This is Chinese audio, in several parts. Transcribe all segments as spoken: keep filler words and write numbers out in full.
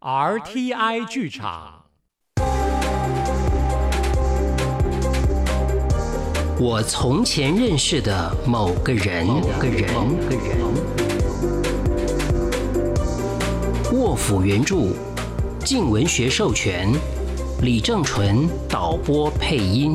R T I 剧场。 我从前认识的某个人，某个人，某个人。卧斧原著，静文学授权，李正纯导播配音。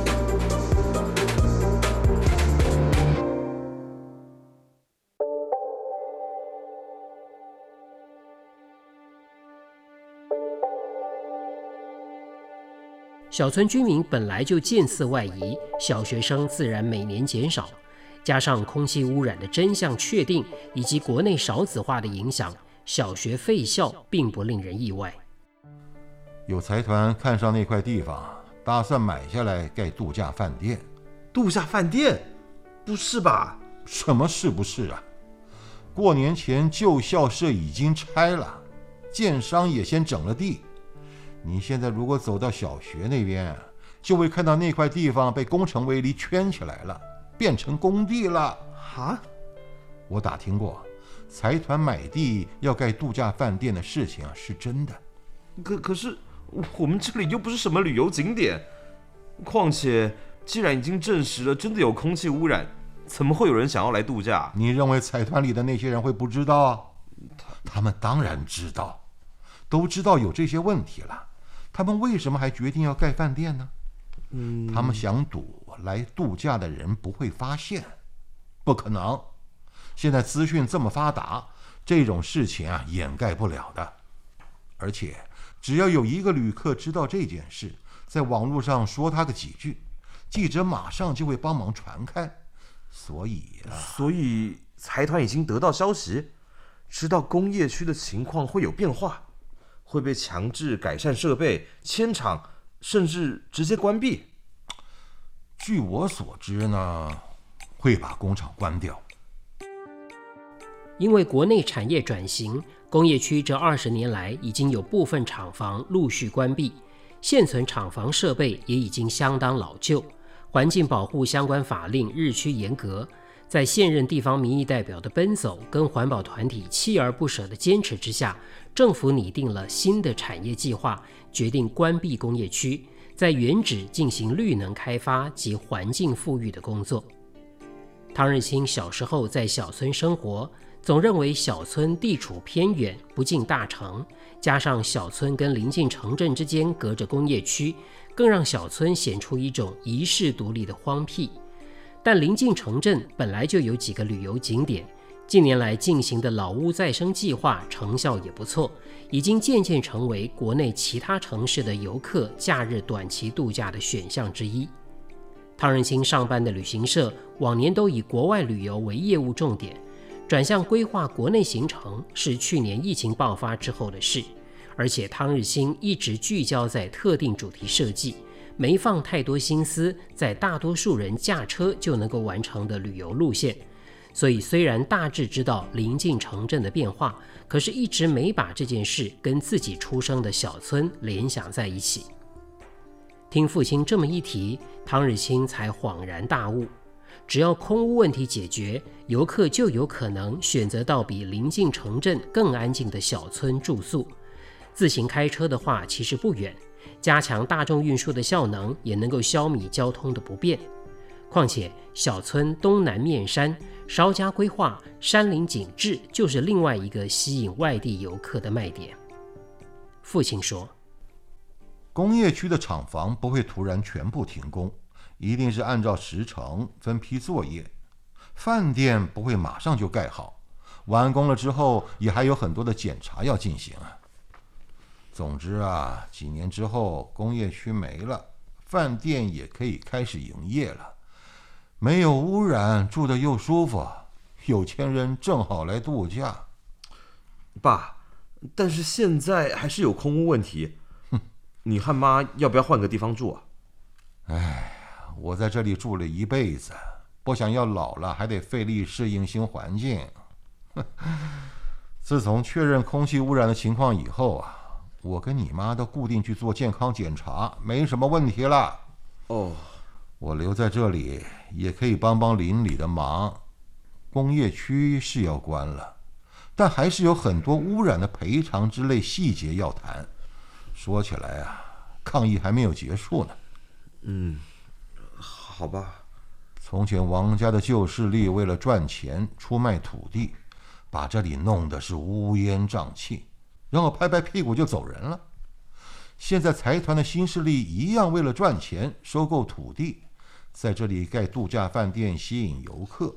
小村居民本来就渐次外移，小学生自然每年减少，加上空气污染的真相确定，以及国内少子化的影响，小学废校并不令人意外。 有财团看上那块地方，打算买下来盖度假饭店。 度假饭店？不是吧？ 什么是不是啊？过年前旧校舍已经拆了，建商也先整了地。你现在如果走到小学那边，就会看到那块地方被工程围篱圈起来了，变成工地了。 啊？ 我打听过，财团买地要盖度假饭店的事情啊，是真的。 可可是我们这里又不是什么旅游景点，况且既然已经证实了真的有空气污染，怎么会有人想要来度假？ 你认为财团里的那些人会不知道啊？他们当然知道，都知道有这些问题了。他们为什么还决定要盖饭店呢？嗯，他们想赌来度假的人不会发现，不可能。现在资讯这么发达，这种事情啊掩盖不了的。而且只要有一个旅客知道这件事，在网络上说他个几句，记者马上就会帮忙传开。所以啊， 所以财团已经得到消息，知道工业区的情况会有变化，会被强制改善设备、迁厂，甚至直接关闭。 据我所知呢，会把工厂关掉。 因为国内产业转型，工业区这二十年来已经有部分厂房陆续关闭，现存厂房设备也已经相当老旧，环境保护相关法令日趋严格。在现任地方民意代表的奔走跟环保团体锲而不舍的坚持之下，政府拟定了新的产业计划，决定关闭工业区，在原址进行绿能开发及环境富裕的工作。汤日清小时候在小村生活，总认为小村地处偏远，不近大城，加上小村跟邻近城镇之间隔着工业区，更让小村显出一种遗世独立的荒僻。但邻近城镇本来就有几个旅游景点，近年来进行的老屋再生计划成效也不错，已经渐渐成为国内其他城市的游客假日短期度假的选项之一。汤仁清上班的旅行社往年都以国外旅游为业务重点，转向规划国内行程是去年疫情爆发之后的事，而且汤日清一直聚焦在特定主题设计，没放太多心思在大多数人驾车就能够完成的旅游路线，所以虽然大致知道邻近城镇的变化，可是一直没把这件事跟自己出生的小村联想在一起。听父亲这么一提，汤日清才恍然大悟，只要空污问题解决，游客就有可能选择到比邻近城镇更安静的小村住宿。自行开车的话其实不远，加强大众运输的效能，也能够消弭交通的不便。况且小村东南面山，稍加规划，山林景致就是另外一个吸引外地游客的卖点。父亲说， 工业区的厂房不会突然全部停工，一定是按照时程分批作业。饭店不会马上就盖好，完工了之后也还有很多的检查要进行啊。总之啊，几年之后工业区没了，饭店也可以开始营业了，没有污染，住得又舒服，有钱人正好来度假。 爸，但是现在还是有空污问题，你和妈要不要换个地方住啊？ 哎，我在这里住了一辈子，不想要老了还得费力适应新环境。自从确认空气污染的情况以后啊，我跟你妈都固定去做健康检查，没什么问题了。 哦， 我留在这里也可以帮帮邻里的忙。工业区是要关了， 但还是有很多污染的赔偿之类细节要谈。说起来啊，抗议还没有结束呢。 嗯，好吧。 从前王家的旧势力为了赚钱出卖土地，把这里弄得是乌烟瘴气，然后拍拍屁股就走人了。现在财团的新势力一样为了赚钱收购土地，在这里盖度假饭店吸引游客。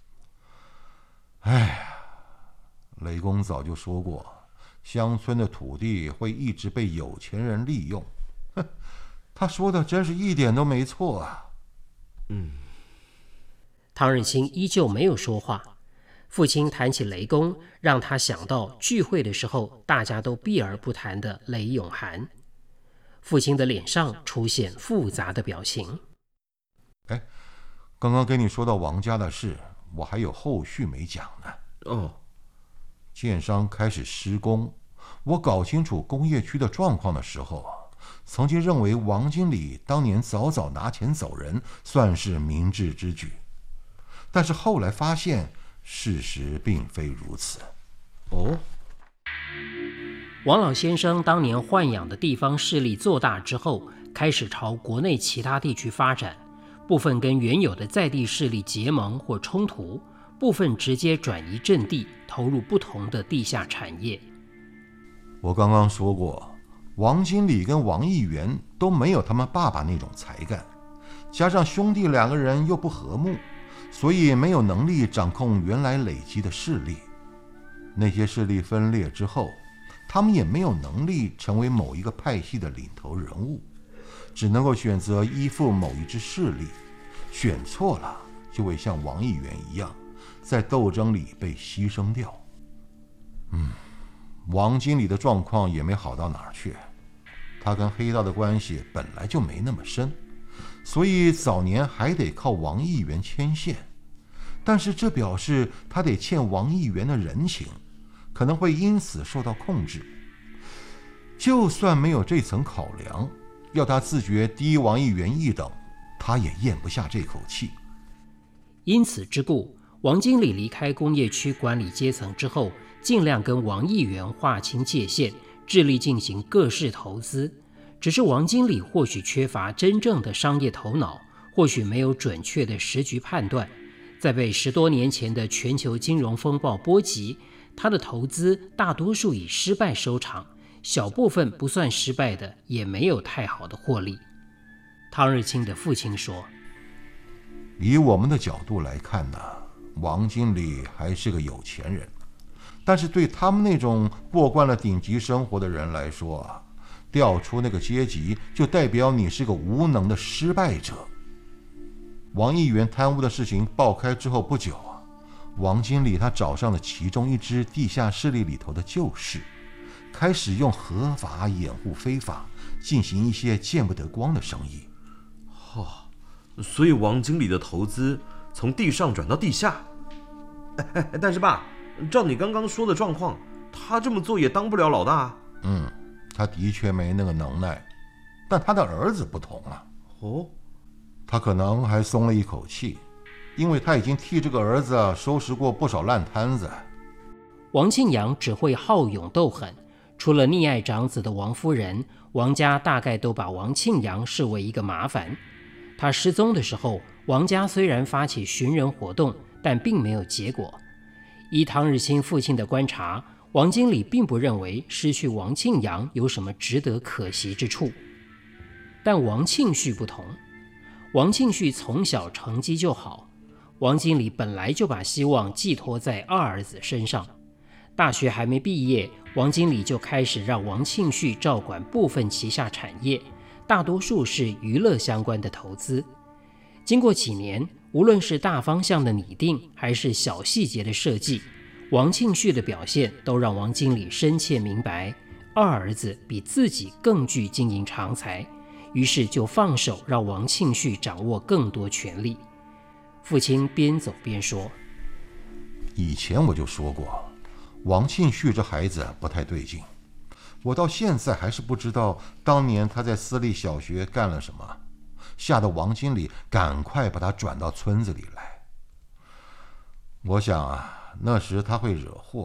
哎呀，雷公早就说过，乡村的土地会一直被有钱人利用。哼，他说的真是一点都没错啊。 嗯。 唐日清依旧没有说话。父亲谈起雷公，让他想到聚会的时候大家都避而不谈的雷永涵。父亲的脸上出现复杂的表情。 哎，刚刚跟你说到王家的事，我还有后续没讲呢。 哦， 建商开始施工，我搞清楚工业区的状况的时候，曾经认为王经理当年早早拿钱走人，算是明智之举。但是后来发现，事实并非如此。 哦， 王老先生当年豢养的地方势力做大之后，开始朝国内其他地区发展，部分跟原有的在地势力结盟或冲突，部分直接转移阵地，投入不同的地下产业。 我刚刚说过，王经理跟王议员都没有他们爸爸那种才干，加上兄弟两个人又不和睦，所以没有能力掌控原来累积的势力。那些势力分裂之后，他们也没有能力成为某一个派系的领头人物，只能够选择依附某一支势力，选错了就会像王议员一样，在斗争里被牺牲掉。嗯，王经理的状况也没好到哪儿去，他跟黑道的关系本来就没那么深，所以早年还得靠王议员牵线，但是这表示他得欠王议员的人情，可能会因此受到控制。就算没有这层考量，要他自觉低王议员一等，他也咽不下这口气。 因此之故，王经理离开工业区管理阶层之后，尽量跟王议员划清界限，致力进行各式投资。只是王经理或许缺乏真正的商业头脑，或许没有准确的时局判断，在被十多年前的全球金融风暴波及，他的投资大多数以失败收场，小部分不算失败的也没有太好的获利。汤日清的父亲说， 以我们的角度来看呢，王经理还是个有钱人，但是对他们那种过惯了顶级生活的人来说啊，调出那个阶级就代表你是个无能的失败者。王议员贪污的事情爆开之后不久啊，王经理他找上了其中一支地下势力里头的旧事，开始用合法掩护非法，进行一些见不得光的生意。 哦，所以王经理的投资从地上转到地下。但是爸，照你刚刚说的状况，他这么做也当不了老大。 嗯，他的确没那个能耐，但他的儿子不同啊。 哦， 他可能还松了一口气，因为他已经替这个儿子收拾过不少烂摊子。 王庆阳只会好勇斗狠，除了溺爱长子的王夫人，王家大概都把王庆阳视为一个麻烦。他失踪的时候，王家虽然发起寻人活动，但并没有结果。依唐日清父亲的观察，王经理并不认为失去王庆阳有什么值得可惜之处。但王庆绪不同，王庆绪从小成绩就好，王经理本来就把希望寄托在二儿子身上。大学还没毕业，王经理就开始让王庆绪照管部分旗下产业，大多数是娱乐相关的投资。经过几年，无论是大方向的拟定，还是小细节的设计，王庆绪的表现都让王经理深切明白，二儿子比自己更具经营长才，于是就放手让王庆绪掌握更多权力。父亲边走边说， 以前我就说过，王庆绪这孩子不太对劲，我到现在还是不知道当年他在私立小学干了什么，吓得王经理赶快把他转到村子里来。我想啊，那时他会惹祸，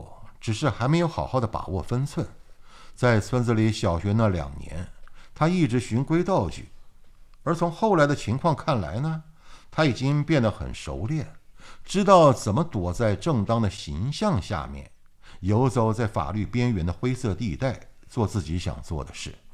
只是还没有好好的把握分寸。在村子里小学那两年，他一直循规蹈矩，而从后来的情况看来呢，他已经变得很熟练，知道怎么躲在正当的形象下面，游走在法律边缘的灰色地带，做自己想做的事。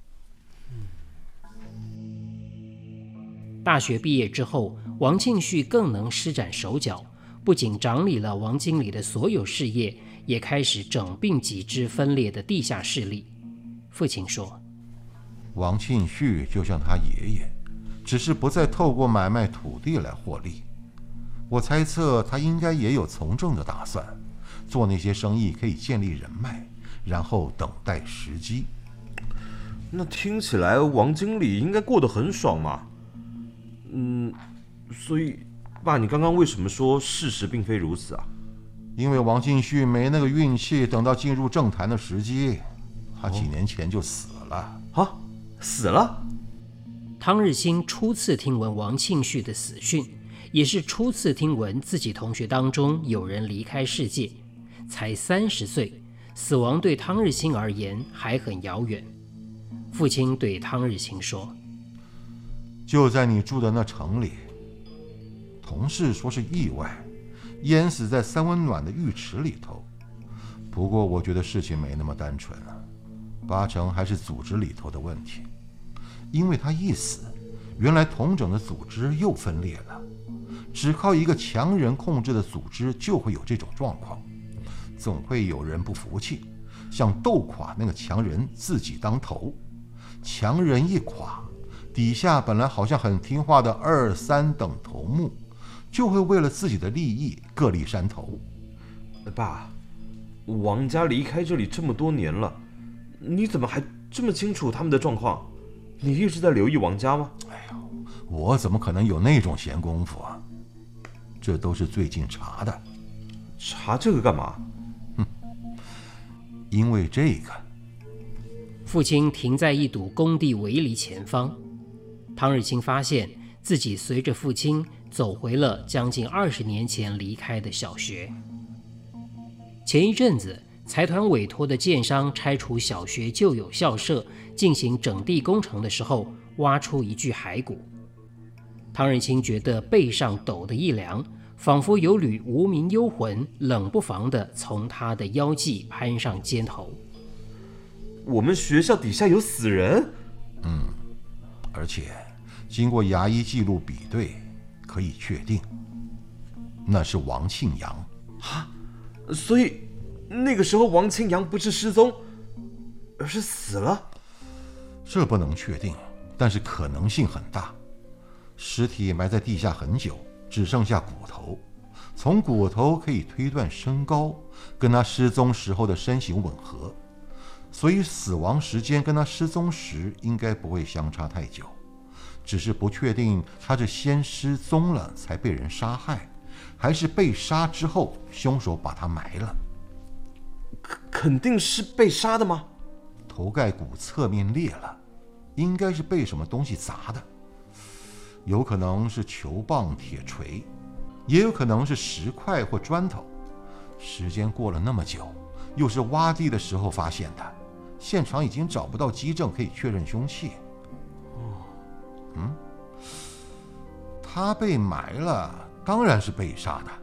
大学毕业之后，王庆绪更能施展手脚，不仅掌理了王经理的所有事业，也开始整并几支分裂的地下势力。父亲说， 王庆绪就像他爷爷，只是不再透过买卖土地来获利。我猜测他应该也有从政的打算，做那些生意可以建立人脉，然后等待时机。 那听起来王经理应该过得很爽嘛？嗯，所以爸，你刚刚为什么说事实并非如此啊？ 因为王庆绪没那个运气，等到进入政坛的时机，他几年前就死了。 啊，死了？ 汤日新初次听闻王庆绪的死讯，也是初次听闻自己同学当中有人离开世界。才三十岁，死亡对汤日新而言还很遥远。父亲对汤日新说， 就在你住的那城里，同事说是意外，淹死在三温暖的浴池里头。不过我觉得事情没那么单纯了，八成还是组织里头的问题。因为他一死，原来同整的组织又分裂了。只靠一个强人控制的组织就会有这种状况，总会有人不服气，想斗垮那个强人，自己当头。强人一垮，底下本来好像很听话的二三等头目，就会为了自己的利益各立山头。 爸，王家离开这里这么多年了，你怎么还这么清楚他们的状况？你一直在留意王家吗？ 哎呦，我怎么可能有那种闲工夫啊？这都是最近查的。 查这个干嘛？ 哼，因为这个。 父亲停在一堵工地围篱前方，汤日清发现自己随着父亲走回了将近二十年前离开的小学。前一阵子，财团委托的建商拆除小学旧有校舍，进行整地工程的时候，挖出一具骸骨。汤日清觉得背上抖得一凉，仿佛有缕无名幽魂冷不防地从他的腰际攀上肩头。 我们学校底下有死人？ 嗯，而且经过牙医记录比对，可以确定那是王庆阳。 啊，所以那个时候王庆阳不是失踪，而是死了？ 这不能确定，但是可能性很大。尸体埋在地下很久，只剩下骨头，从骨头可以推断身高，跟他失踪时候的身形吻合，所以死亡时间跟他失踪时应该不会相差太久，只是不确定他是先失踪了才被人杀害，还是被杀之后凶手把他埋了。 肯定是被杀的吗？ 头盖骨侧面裂了，应该是被什么东西砸的，有可能是球棒、铁锤，也有可能是石块或砖头。时间过了那么久，又是挖地的时候发现的，现场已经找不到基证可以确认凶器。嗯，他被埋了，当然是被杀的。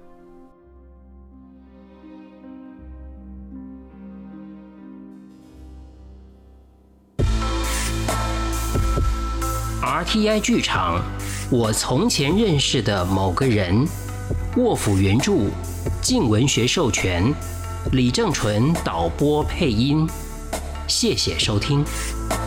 R T I 剧场，我从前认识的某个人，卧斧原著，静文学授权，李正淳导播配音。谢谢收听。